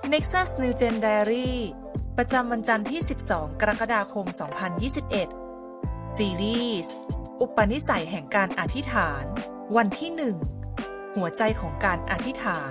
Nexus New Gen Diary ประจำวันจันทร์ที่ 12 กรกฎาคม 2021 ซีรีส์อุปนิสัยแห่งการอธิษฐานวันที่ 1 หัวใจของการอธิษฐาน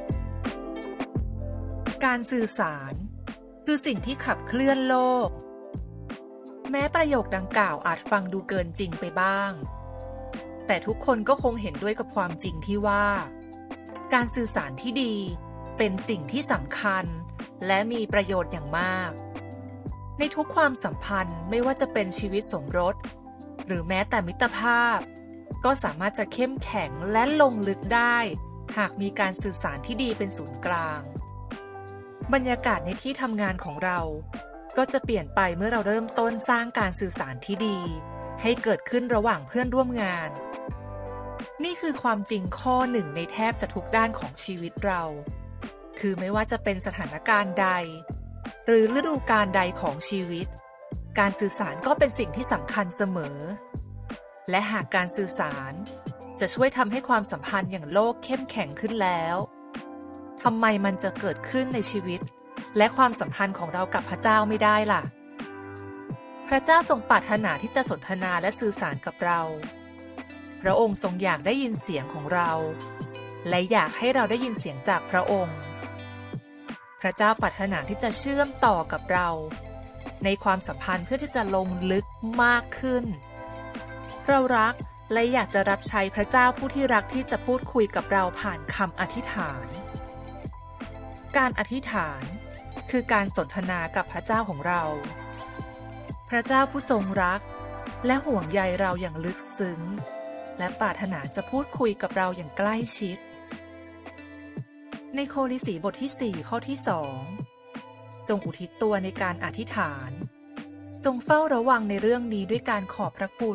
การสื่อสารคือสิ่งที่ขับเคลื่อนโลกแม้ประโยคดังกล่าวอาจฟังดูเกินจริงไปบ้างแต่ทุกคนก็คงเห็นด้วยกับความจริงที่ว่าการสื่อสารที่ดีเป็นสิ่งที่สำคัญและมีประโยชน์อย่างมากในทุกความสัมพันธ์ไม่ว่าจะเป็นชีวิตสมรสหรือแม้แต่มิตรภาพก็สามารถจะเข้มแข็งและลงลึกได้หากมีการสื่อสารที่ดีเป็นศูนย์กลางบรรยากาศในที่ทำงานของเราก็จะเปลี่ยนไปเมื่อเราเริ่มต้นสร้างการสื่อสารที่ดีให้เกิดขึ้นระหว่างเพื่อนร่วมงานนี่คือความจริงข้อหนึ่งในแทบจะทุกด้านของชีวิตเราคือไม่ว่าจะเป็นสถานการณ์ใดหรือฤดูกาลใดของชีวิตการสื่อสารก็เป็นสิ่งที่สำคัญเสมอและหากการสื่อสารจะช่วยทำให้ความสัมพันธ์อย่างโลกเข้มแข็งขึ้นแล้วทำไมมันจะเกิดขึ้นในชีวิตและความสัมพันธ์ของเรากับพระเจ้าไม่ได้ล่ะพระเจ้าทรงปรารถนาที่จะสนทนาและสื่อสารกับเราพระองค์ทรงอยากได้ยินเสียงของเราและอยากให้เราได้ยินเสียงจากพระองค์พระเจ้าปรารถนาที่จะเชื่อมต่อกับเราในความสัมพันธ์เพื่อที่จะลงลึกมากขึ้นเรารักและอยากจะรับใช้พระเจ้าผู้ที่รักที่จะพูดคุยกับเราผ่านคำอธิษฐานการอธิษฐานคือการสนทนากับพระเจ้าของเราพระเจ้าผู้ทรงรักและห่วงใยเราอย่างลึกซึ้งและปรารถนาจะพูดคุยกับเราอย่างใกล้ชิดในโคริสีบทที่ 4 ข้อที่ 2 จงอุทิศตัวในการอธิษฐานจงเฝ้าระวังในเรื่องนี้ด้วยการขอบพระคุณ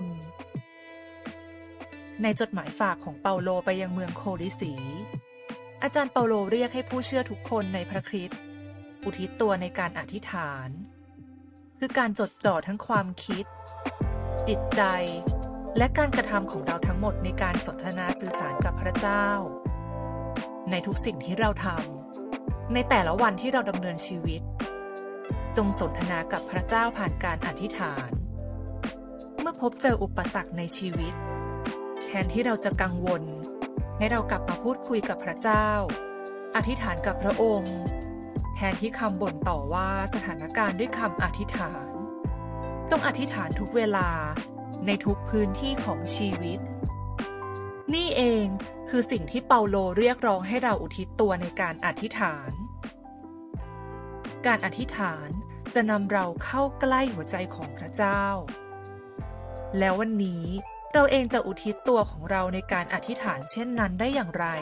ในจดหมายฝากของเปาโลไปยังเมืองโคริสีอาจารย์เปาโลเรียกให้ผู้เชื่อทุกคนในพระคริสต์อุทิศตัวในการอธิษฐานคือการจดจ่อทั้งความคิดจิตใจและการกระทำของเราทั้งหมดในการสนทนาสื่อสารกับพระเจ้าในทุกสิ่งที่เราทำในแต่ละวันที่เราดำเนินชีวิตจงสนทนากับพระเจ้าผ่านการอธิษฐานเมื่อพบเจออุปสรรคในชีวิตแทนที่เราจะกังวลให้เรากลับมาพูดคุยกับพระเจ้าอธิษฐานกับพระองค์แทนที่คำบ่นต่อว่าสถานการณ์ด้วยคำอธิษฐานจงอธิษฐานทุกเวลาในทุกพื้นที่ของชีวิตนี่เองคือสิ่งที่เปาโลเรียกร้องให้เราอุทิศตัวในการอธิษฐานการอธิษฐานจะนำเราเข้าใกล้หัวใจของพระเจ้าแล้ววันนี้เราเองจะอุทิศตัวของเราในการอธิษฐานเช่นนั้นได้อย่างไร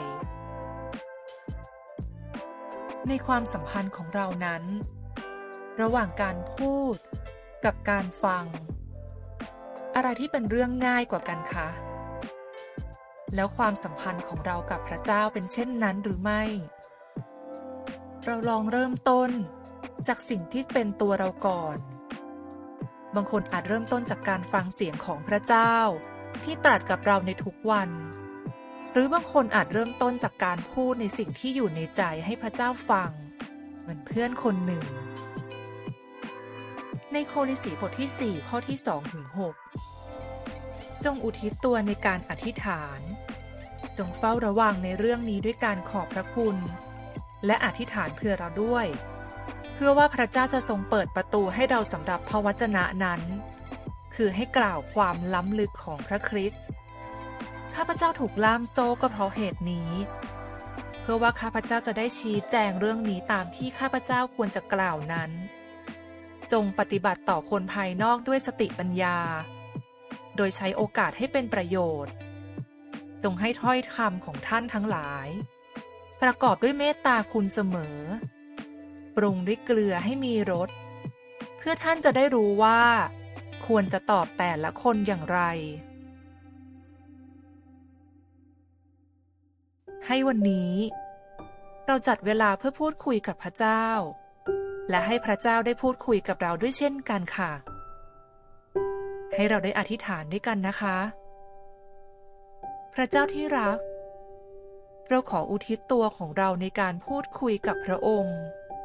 ในความสัมพันธ์ของเรานั้นระหว่างการพูดกับการฟังอะไรที่เป็นเรื่องง่ายกว่ากันคะแล้วความสัมพันธ์ของเรากับพระเจ้าเป็นเช่นนั้นหรือไม่เราลองเริ่มต้นจากสิ่งที่เป็นตัวเราก่อนบางคนอาจเริ่มต้นจากการฟังเสียงของพระเจ้าที่ตรัสกับเราในทุกวันหรือบางคนอาจเริ่มต้นจากการพูดในสิ่งที่อยู่ในใจให้พระเจ้าฟังเหมือนเพื่อนคนหนึ่งในโคริสีบทที่ 4 ข้อที่ 2-6 จงอุทิศตัวในการอธิษฐานจงเฝ้าระวังในเรื่องนี้ด้วยการขอบพระคุณและอธิษฐานเพื่อเราด้วยเพื่อว่าพระเจ้าจะทรงเปิดประตูให้เราสำหรับพระวจนะนั้นคือให้กล่าวความล้ำลึกของพระคริสต์ข้าพเจ้าถูกล่ามโซ่ก็เพราะเหตุนี้เพื่อว่าข้าพเจ้าจะได้ชี้แจงเรื่องนี้ตามที่ข้าพเจ้าควรจะกล่าวนั้นจงปฏิบัติต่อคนภายนอกด้วยสติปัญญาโดยใช้โอกาสให้เป็นประโยชน์จงให้ถ้อยคำของท่านทั้งหลายประกอบด้วยเมตตาคุณเสมอปรุงด้วยเกลือให้มีรสเพื่อท่านจะได้รู้ว่าควรจะตอบแต่ละคนอย่างไรให้วันนี้เราจัดเวลาเพื่อพูดคุยกับพระเจ้าและให้พระเจ้าได้พูดคุยกับเราด้วยเช่นกันค่ะให้เราได้อธิษฐานด้วยกันนะคะพระเจ้าที่รักเราขออุทิศตัวของเราในการพูดคุยกับพระองค์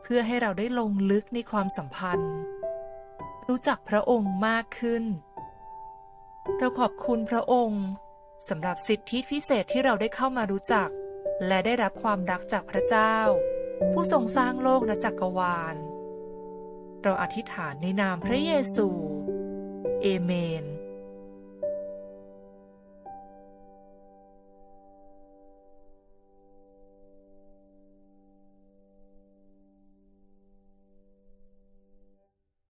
พื่อให้เราได้ลงลึกในความสัมพันธ์รู้จักพระองค์มากขึ้นเราขอบคุณพระองค์สำหรับสิทธิพิเศษที่เราได้เข้ามารู้จักและได้รับความรักจากพระเจ้าผู้ทรงสร้างโลกและจักรวาลเราอธิษฐานในนามพระเยซูเอเมน